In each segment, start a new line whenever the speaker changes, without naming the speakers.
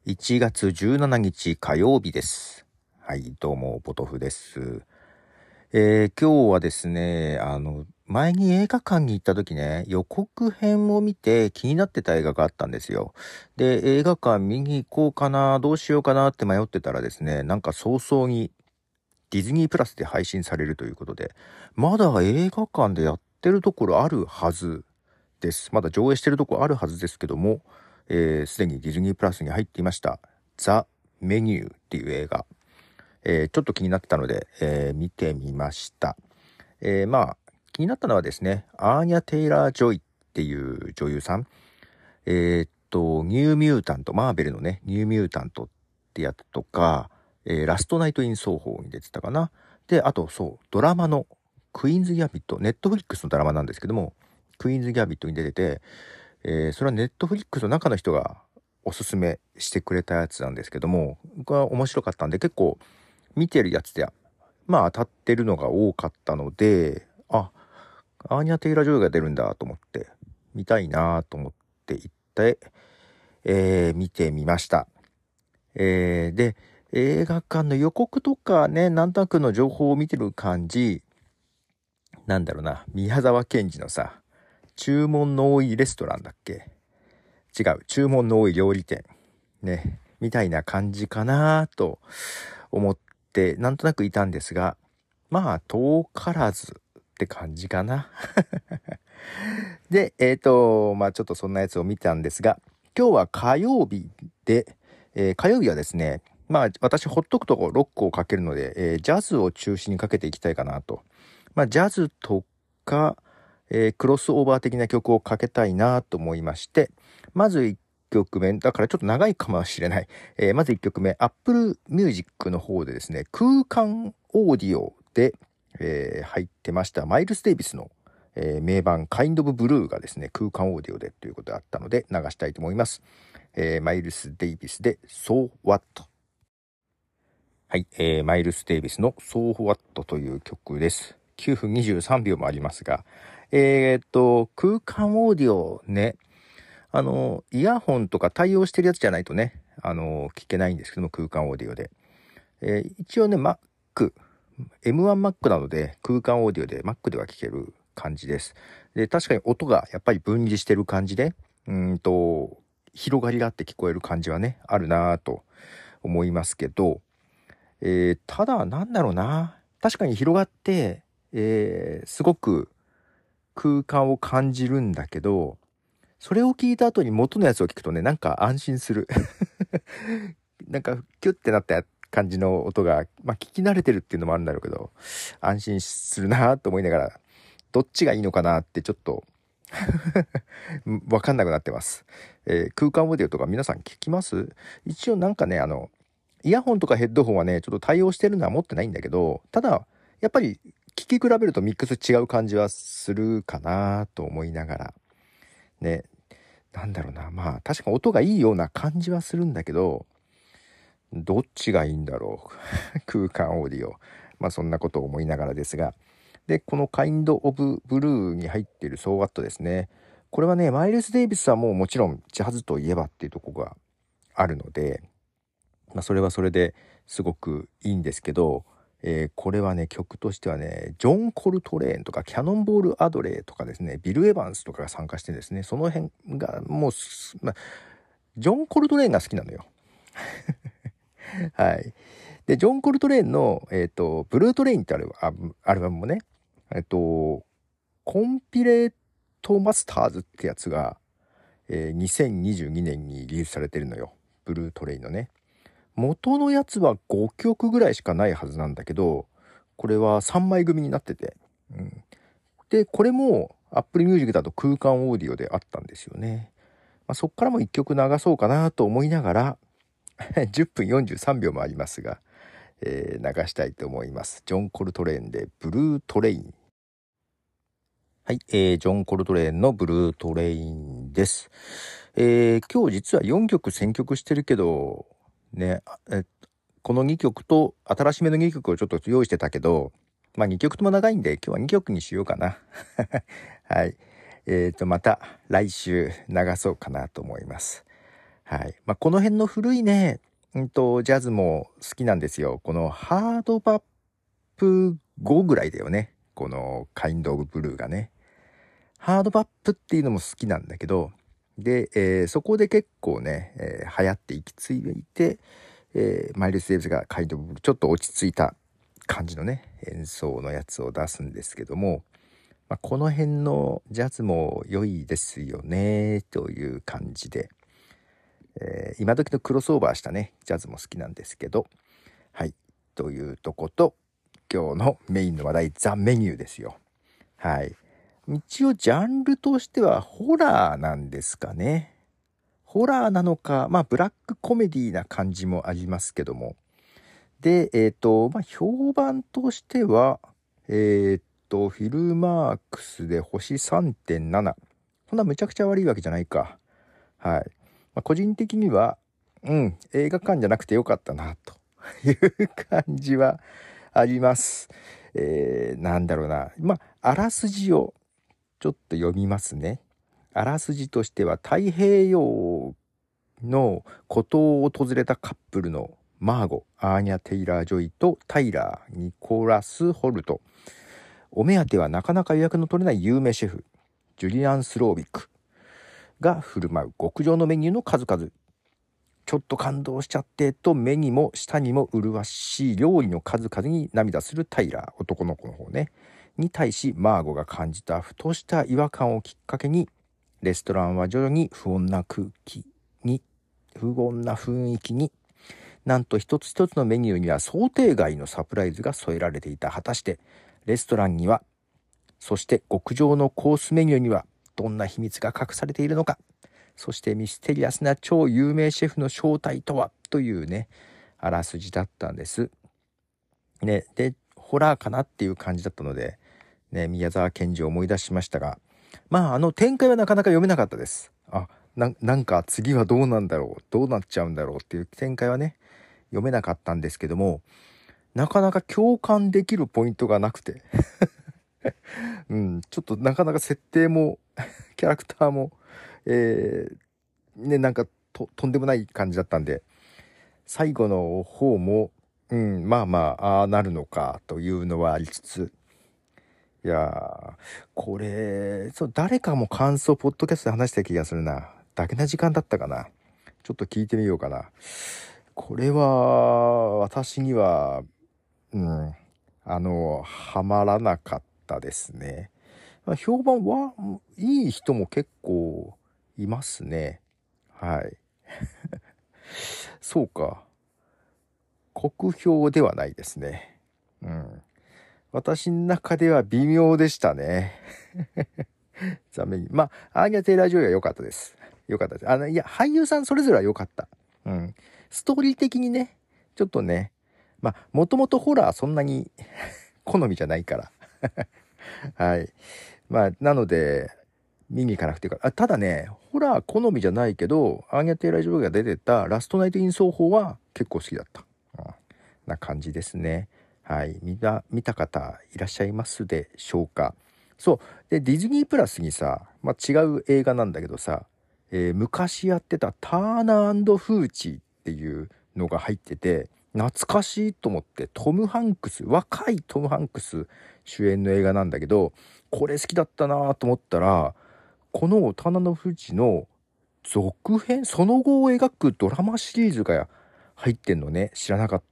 1月17日火曜日です。はい、どうも、ポトフです。今日はですね、前に映画館に行った時ね、予告編を見て気になってた映画があったんですよ。で、映画館見に行こうかな、どうしようかなって迷ってたらですね、なんか早々にディズニープラスで配信されるということで、まだ映画館でやってるところあるはずです。まだ上映してるところあるはずですけども、すでにディズニープラスに入っていましたザ・メニューっていう映画、ちょっと気になってたので、見てみました。気になったのはですね、アーニャ・テイラー・ジョイっていう女優さん、ニューミュータント、マーベルのね、ニューミュータントってやつとか、ラストナイト・イン・奏法に出てたかな。で、あとそう、ドラマのクイーンズ・ギャビット、ネットフリックスのドラマなんですけども、クイーンズ・ギャビットに出てて、それはネットフリックスの中の人がおすすめしてくれたやつなんですけども、僕は面白かったんで結構見てるやつで当たってるのが多かったので、アーニャ・テイラー・ジョイが出るんだと思って見たいなと思って行って、見てみました。で、映画館の予告とかね、なんとなくの情報を見てる感じ、なんだろうな、宮沢賢治のさ、注文の多いレストランだっけ？違う、注文の多い料理店ね、みたいな感じかなと思ってなんとなくいたんですが、遠からずって感じかな。で、ちょっとそんなやつを見たんですが、今日は火曜日で、火曜日はですね、私ほっとくとロックをかけるので、ジャズを中心にかけていきたいかなと。ジャズとか、クロスオーバー的な曲をかけたいなと思いまして、まず1曲目、だからちょっと長いかもしれない。まず1曲目、Apple Music の方でですね、空間オーディオで、入ってましたマイルス・デイビスの、名盤 Kind of Blue がですね、空間オーディオでということだったので流したいと思います。マイルス・デイビスで So What。はい、マイルス・デイビスの So What という曲です。9分23秒もありますが、空間オーディオね、イヤホンとか対応してるやつじゃないとね、聞けないんですけども、空間オーディオで。一応ね、M1Mac なので、空間オーディオで Mac では聞ける感じです。で、確かに音がやっぱり分離してる感じで、広がりがあって聞こえる感じはね、あるなぁと思いますけど、ただ、なんだろうな。確かに広がって、すごく空間を感じるんだけど、それを聞いた後に元のやつを聞くとね、なんか安心する。なんかキュッてなった感じの音が、聞き慣れてるっていうのもあるんだろうけど、安心するなと思いながら、どっちがいいのかなってちょっとわかんなくなってます。空間オーディオとか皆さん聞きます？一応なんかね、イヤホンとかヘッドホンはね、ちょっと対応してるのは持ってないんだけど、ただ、やっぱり聞き比べるとミックス違う感じはするかなと思いながら、ね、なんだろうな、確か音がいいような感じはするんだけど、どっちがいいんだろう。空間オーディオ。そんなことを思いながらですが。で、この Kind of Blue に入っている So What ですね。これはね、マイルス・デイビスはもちろんジャズといえばっていうところがあるので、それはそれですごくいいんですけど、これはね、曲としてはね、ジョン・コルトレーンとかキャノンボール・アドレーとかですね、ビル・エヴァンスとかが参加してですね、その辺がもう、ジョン・コルトレーンが好きなのよ。はい。で、ジョン・コルトレーンの、ブルートレインってアルバムもね、コンピレートマスターズってやつが、2022年にリリースされてるのよ。ブルートレインのね。元のやつは5曲ぐらいしかないはずなんだけど、これは3枚組になってて。で、これも Apple Music だと空間オーディオであったんですよね。そっからも1曲流そうかなと思いながら、10分43秒もありますが、流したいと思います。ジョン・コルトレーンでブルートレイン。はい、ジョン・コルトレーンのブルートレインです。今日実は4曲選曲してるけど、ね、この2曲と新しめの2曲をちょっと用意してたけど、2曲とも長いんで今日は2曲にしようかな。はい。また来週流そうかなと思います。 はい。まあ、この辺の古いね、ジャズも好きなんですよ。このハードバップ5ぐらいだよね。このカインドオブブルーがね。ハードバップっていうのも好きなんだけど、で、そこで結構ね、流行って行き着いて、マイルス・デイビスがカインドオブブルー、ちょっと落ち着いた感じのね、演奏のやつを出すんですけども、まあ、この辺のジャズも良いですよね、という感じで、今時のクロスオーバーしたね、ジャズも好きなんですけど、はい、というとこと、今日のメインの話題、ザ・メニューですよ。はい。一応ジャンルとしてはホラーなんですかね。ホラーなのか、まあブラックコメディな感じもありますけども。で、まあ評判としては、フィルマークスで星 3.7。そんなむちゃくちゃ悪いわけじゃないか。はい。まあ、個人的には、映画館じゃなくてよかったな、という感じはあります。なんだろうな。まあ、あらすじをちょっと読みますね。あらすじとしては、太平洋の孤島を訪れたカップルのマーゴ、アーニャ・テイラー・ジョイとタイラー・ニコラス・ホルト。お目当てはなかなか予約の取れない有名シェフ、ジュリアン・スロービックが振る舞う極上のメニューの数々。ちょっと感動しちゃってと目にも舌にも麗しい料理の数々に涙するタイラー、男の子の方ね。に対しマーゴが感じたふとした違和感をきっかけに、レストランは徐々に不穏な雰囲気に、なんと一つ一つのメニューには想定外のサプライズが添えられていた。果たしてレストランには、そして極上のコースメニューにはどんな秘密が隠されているのか。そしてミステリアスな超有名シェフの正体とは、というね、あらすじだったんです。ね、で、ホラーかなっていう感じだったので、ね、宮沢賢治を思い出しましたが、まあ、展開はなかなか読めなかったです。なんか次はどうなんだろう、どうなっちゃうんだろうっていう展開はね、読めなかったんですけども、なかなか共感できるポイントがなくて、ちょっとなかなか設定も、キャラクターも、なんかとんでもない感じだったんで、最後の方も、まあまあ、ああなるのかというのはありつつ、いやー、これ、誰かも感想、ポッドキャストで話した気がするな。だけな時間だったかな。ちょっと聞いてみようかな。これは、私には、はまらなかったですね。評判はいい人も結構いますね。はい。そうか。酷評ではないですね。私の中では微妙でしたね。残念に。まあ、アーニャ・テイラー・ジョイは良かったです。良かったです。いや、俳優さんそれぞれは良かった。ストーリー的にね、ちょっとね、まあ、もともとホラーそんなに好みじゃないから。はい。まあ、なので、見に行かなくていいから。ただね、ホラー好みじゃないけど、アーニャ・テイラー・ジョイが出てたラストナイト・イン奏法は結構好きだった。な感じですね。はい。見た方いらっしゃいますでしょうか。そう。で、ディズニープラスにさ、違う映画なんだけどさ、昔やってたターナーフーチっていうのが入ってて、懐かしいと思って、若いトム・ハンクス主演の映画なんだけど、これ好きだったなと思ったら、このターナーフーチの続編、その後を描くドラマシリーズが入ってんのね、知らなかった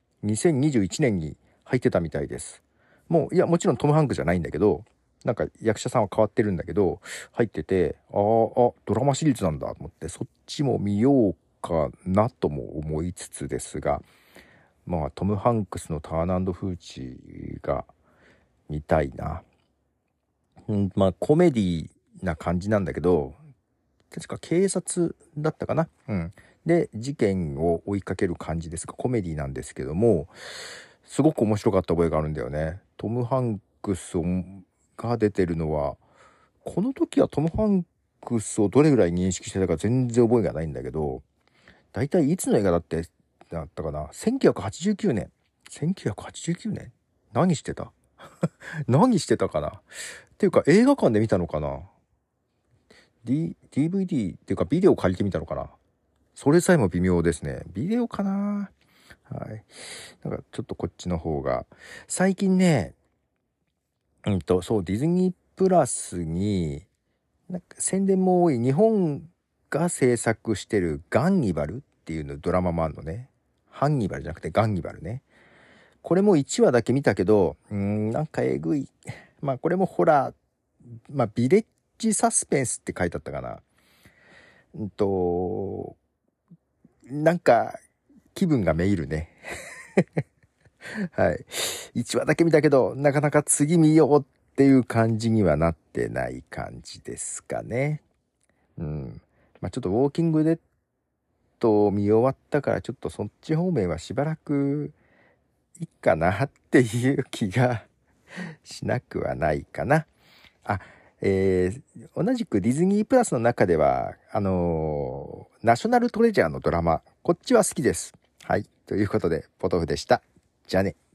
。2021年に入ってたみたいです。もちろんトム・ハンクじゃないんだけど、なんか役者さんは変わってるんだけど、入ってて、ドラマシリーズなんだと思って、そっちも見ようかなとも思いつつですが、トム・ハンクスのターナーフーチが見たいな。コメディな感じなんだけど、確か警察だったかな。で、事件を追いかける感じですが、コメディなんですけども、すごく面白かった覚えがあるんだよね。トム・ハンクスが出てるのは、この時はトム・ハンクスをどれぐらい認識してたか全然覚えがないんだけど、だいたいいつの映画だったかな。1989年。1989年何してた何してたかなっていうか映画館で見たのかな、DVD っていうかビデオ借りてみたのかな。 それさえも微妙ですね。ビデオかな。はい。なんかちょっとこっちの方が。最近ね、そう、ディズニープラスに、なんか宣伝も多い日本が制作してるガンニバルっていうのドラマもあるのね。ハンニバルじゃなくてガンニバルね。これも1話だけ見たけど、なんかえぐい。まあこれもホラー、まあビレッジサスペンスって書いてあったかな。なんか気分がめいるね。はい。1話だけ見たけど、なかなか次見ようっていう感じにはなってない感じですかね。まあちょっとウォーキングデッド見終わったから、ちょっとそっち方面はしばらくいいかなっていう気がしなくはないかな。あ、同じくディズニープラスの中では、ナショナルトレジャーのドラマ、こっちは好きです。はい。ということで、ポトフでした。じゃあね。